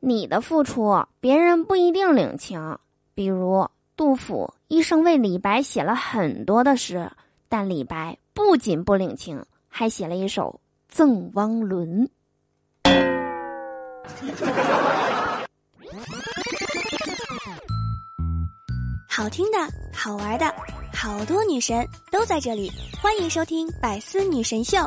你的付出别人不一定领情，比如杜甫一生为李白写了很多的诗，但李白不仅不领情，还写了一首《赠汪伦》。 好听的，好玩的，好多女神都在这里，欢迎收听百思女神秀。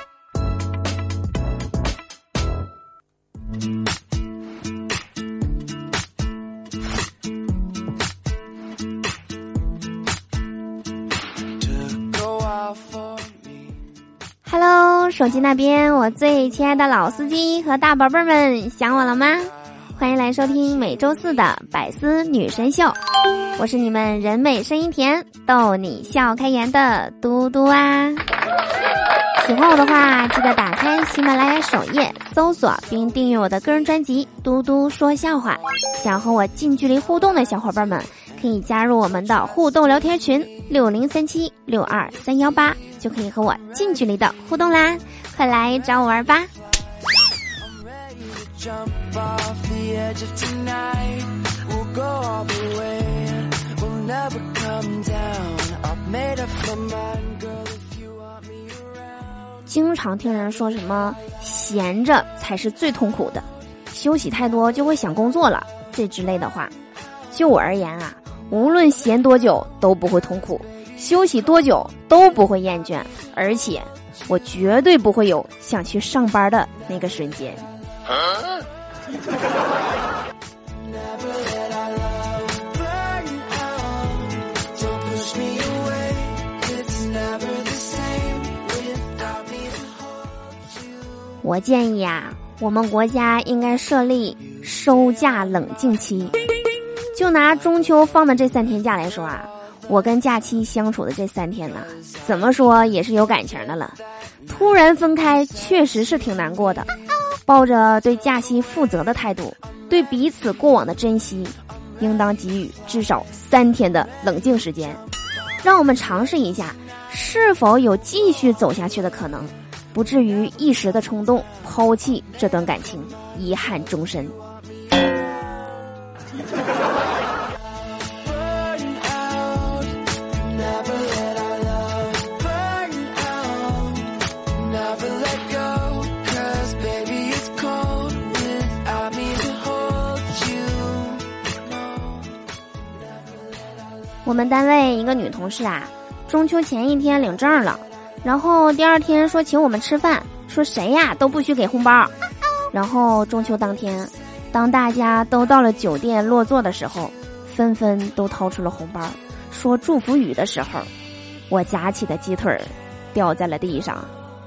Hello， 手机那边我最亲爱的老司机和大宝贝们，想我了吗？欢迎来收听每周四的百思女神秀，我是你们人美声音甜逗你笑开颜的嘟嘟啊。喜欢我的话，记得打开喜马拉雅首页搜索并订阅我的个人专辑嘟嘟说笑话。想和我近距离互动的小伙伴们，可以加入我们的互动聊天群6037-62318，就可以和我近距离的互动啦，快来找我玩吧。经常听人说什么闲着才是最痛苦的，休息太多就会想工作了，这之类的话。就我而言啊，无论闲多久都不会痛苦，休息多久都不会厌倦，而且我绝对不会有想去上班的那个瞬间。我建议啊，我们国家应该设立收假冷静期。就拿中秋放的这3天假来说啊，我跟假期相处的这3天呢，怎么说也是有感情的了。突然分开确实是挺难过的，抱着对假期负责的态度，对彼此过往的珍惜，应当给予至少3天的冷静时间，让我们尝试一下是否有继续走下去的可能，不至于一时的冲动抛弃这段感情，遗憾终身。我们单位一个女同事啊，中秋前一天领证了，然后第2天说请我们吃饭，说谁呀都不许给红包。然后中秋当天，当大家都到了酒店落座的时候，纷纷都掏出了红包，说祝福语的时候，我夹起的鸡腿掉在了地上。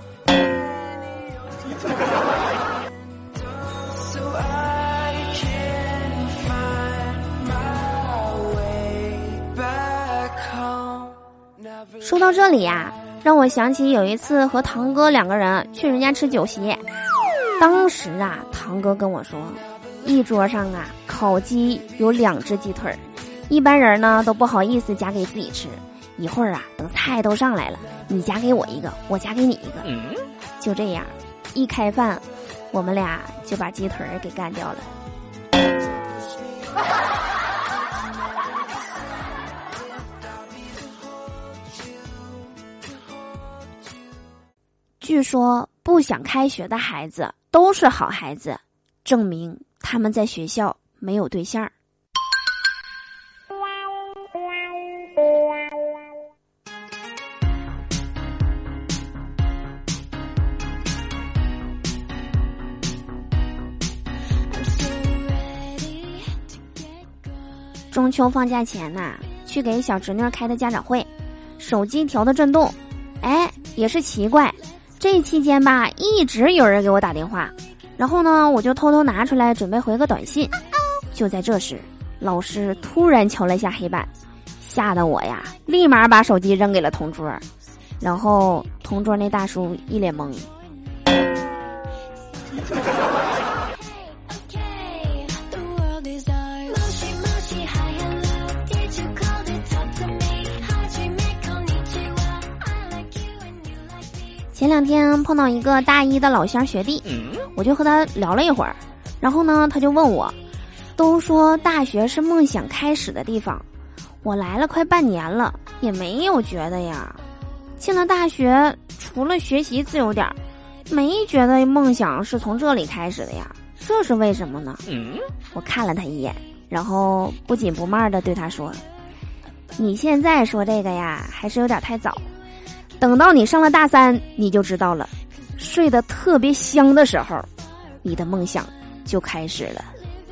说到这里呀，让我想起有一次和堂哥2个人去人家吃酒席。当时啊，堂哥跟我说，一桌上啊烤鸡有2只鸡腿，一般人呢都不好意思夹给自己吃，一会儿啊等菜都上来了，你夹给我一个，我夹给你一个。就这样一开饭，我们俩就把鸡腿给干掉了。据说不想开学的孩子都是好孩子，证明他们在学校没有对象。中秋放假前呐，去给小侄女开的家长会，手机调的震动，也是奇怪，这期间吧，一直有人给我打电话，然后呢，我就偷偷拿出来准备回个短信。就在这时，老师突然敲了一下黑板，吓得我呀，立马把手机扔给了同桌，然后同桌那大叔一脸懵。前2天碰到一个大1的老乡学弟，我就和他聊了一会儿， 然后呢，他就问我，都说大学是梦想开始的地方，我来了快半年了，也没有觉得呀。进了大学，除了学习自由点，没觉得梦想是从这里开始的呀，这是为什么呢？我看了他一眼，然后不紧不慢地对他说，你现在说这个呀，还是有点太早，等到你上了大3，你就知道了，睡得特别香的时候，你的梦想就开始了。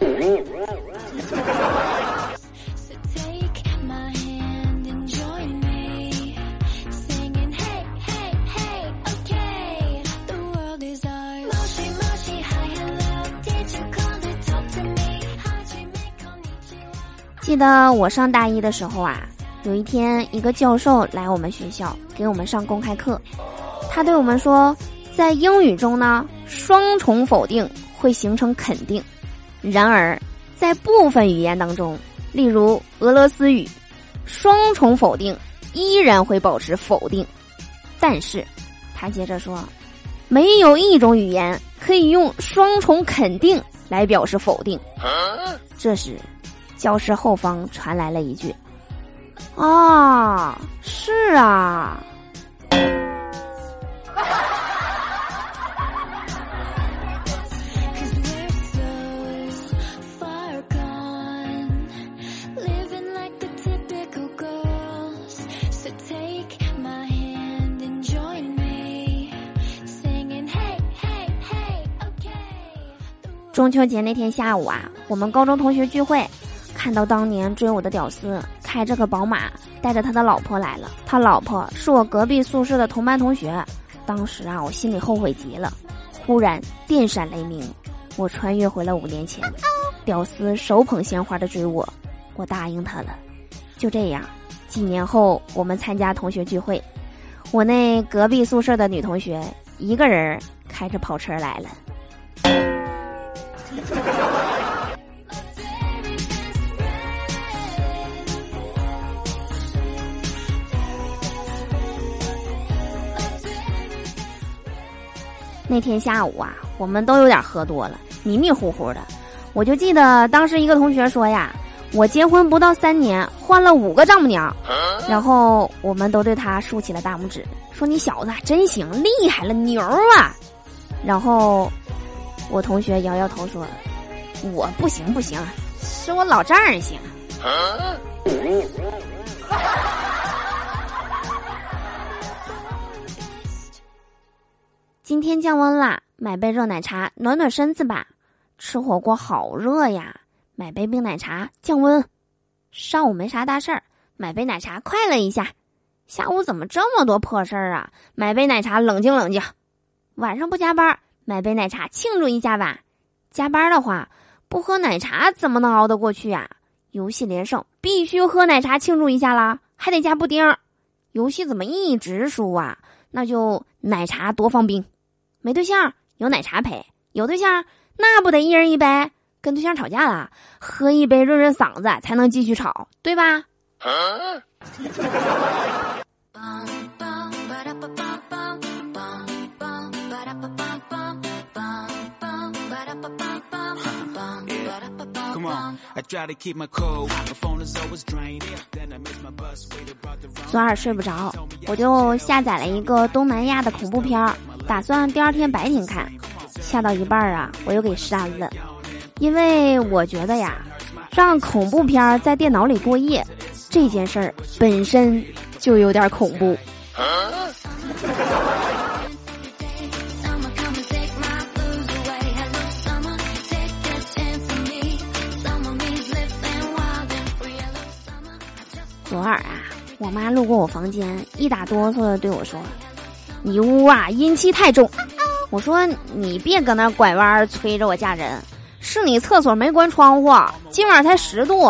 记得我上大1的时候啊，有一天一个教授来我们学校给我们上公开课，他对我们说，在英语中呢，双重否定会形成肯定，然而在部分语言当中，例如俄罗斯语，双重否定依然会保持否定。但是他接着说，没有一种语言可以用双重肯定来表示否定。这时教室后方传来了一句，啊，是啊。中秋节那天下午啊，我们高中同学聚会，看到当年追我的屌丝开着个宝马，带着他的老婆来了。他老婆是我隔壁宿舍的同班同学。当时啊，我心里后悔极了。忽然电闪雷鸣，我穿越回了5年前。屌丝手捧鲜花的追我，我答应他了。就这样，几年后我们参加同学聚会，我那隔壁宿舍的女同学一个人开着跑车来了。那天下午啊，我们都有点喝多了，迷迷糊糊的。我就记得当时一个同学说呀，我结婚不到3年换了5个丈母娘，然后我们都对他竖起了大拇指，说你小子真行，厉害了，牛啊。然后我同学摇摇头说，我不行，是我老丈人行。今天降温啦，买杯热奶茶暖暖身子吧。吃火锅好热呀，买杯冰奶茶降温。上午没啥大事儿，买杯奶茶快乐一下。下午怎么这么多破事儿啊？买杯奶茶冷静冷静。晚上不加班，买杯奶茶庆祝一下吧。加班的话，不喝奶茶怎么能熬得过去呀？游戏连胜必须喝奶茶庆祝一下啦，还得加布丁。游戏怎么一直输啊？那就奶茶多放冰。没对象有奶茶陪，有对象那不得一人一杯？跟对象吵架了，喝一杯润润嗓子才能继续吵，对吧？昨晚睡不着，我就下载了一个东南亚的恐怖片，打算第2天白天看。下到一半啊，我又给删了，因为我觉得呀，让恐怖片在电脑里过夜这件事儿本身就有点恐怖。昨晚啊，我妈路过我房间，一打哆嗦的对我说，你屋啊阴气太重。我说你别搁那拐弯催着我嫁人，是你厕所没关窗户，今晚才10度。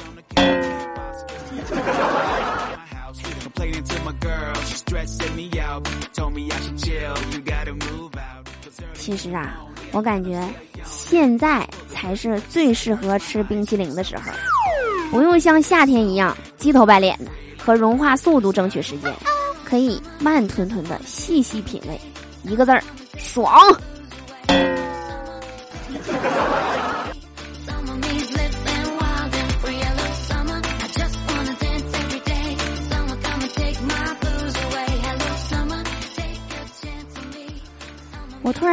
其实啊，我感觉现在才是最适合吃冰淇淋的时候，不用像夏天一样鸡头白脸的和融化速度争取时间，可以慢吞吞的细细品味，一个字儿，爽。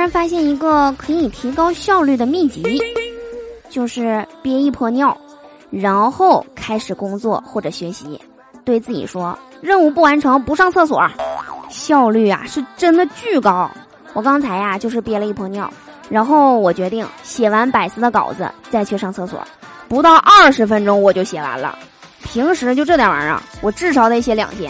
然发现一个可以提高效率的秘籍，就是憋一泡尿，然后开始工作或者学习，对自己说任务不完成不上厕所，效率啊是真的巨高。我刚才呀就是憋了一泡尿，然后我决定写完百思的稿子再去上厕所，不到20分钟我就写完了。平时就这点玩意儿，我至少得写2天。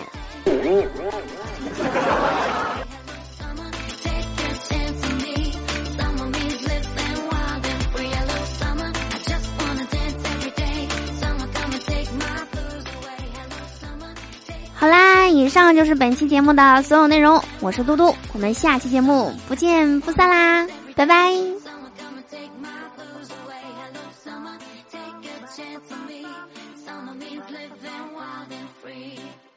好啦，以上就是本期节目的所有内容，我是嘟嘟，我们下期节目不见不散啦，拜拜。Chance on me, summer means living wild and free.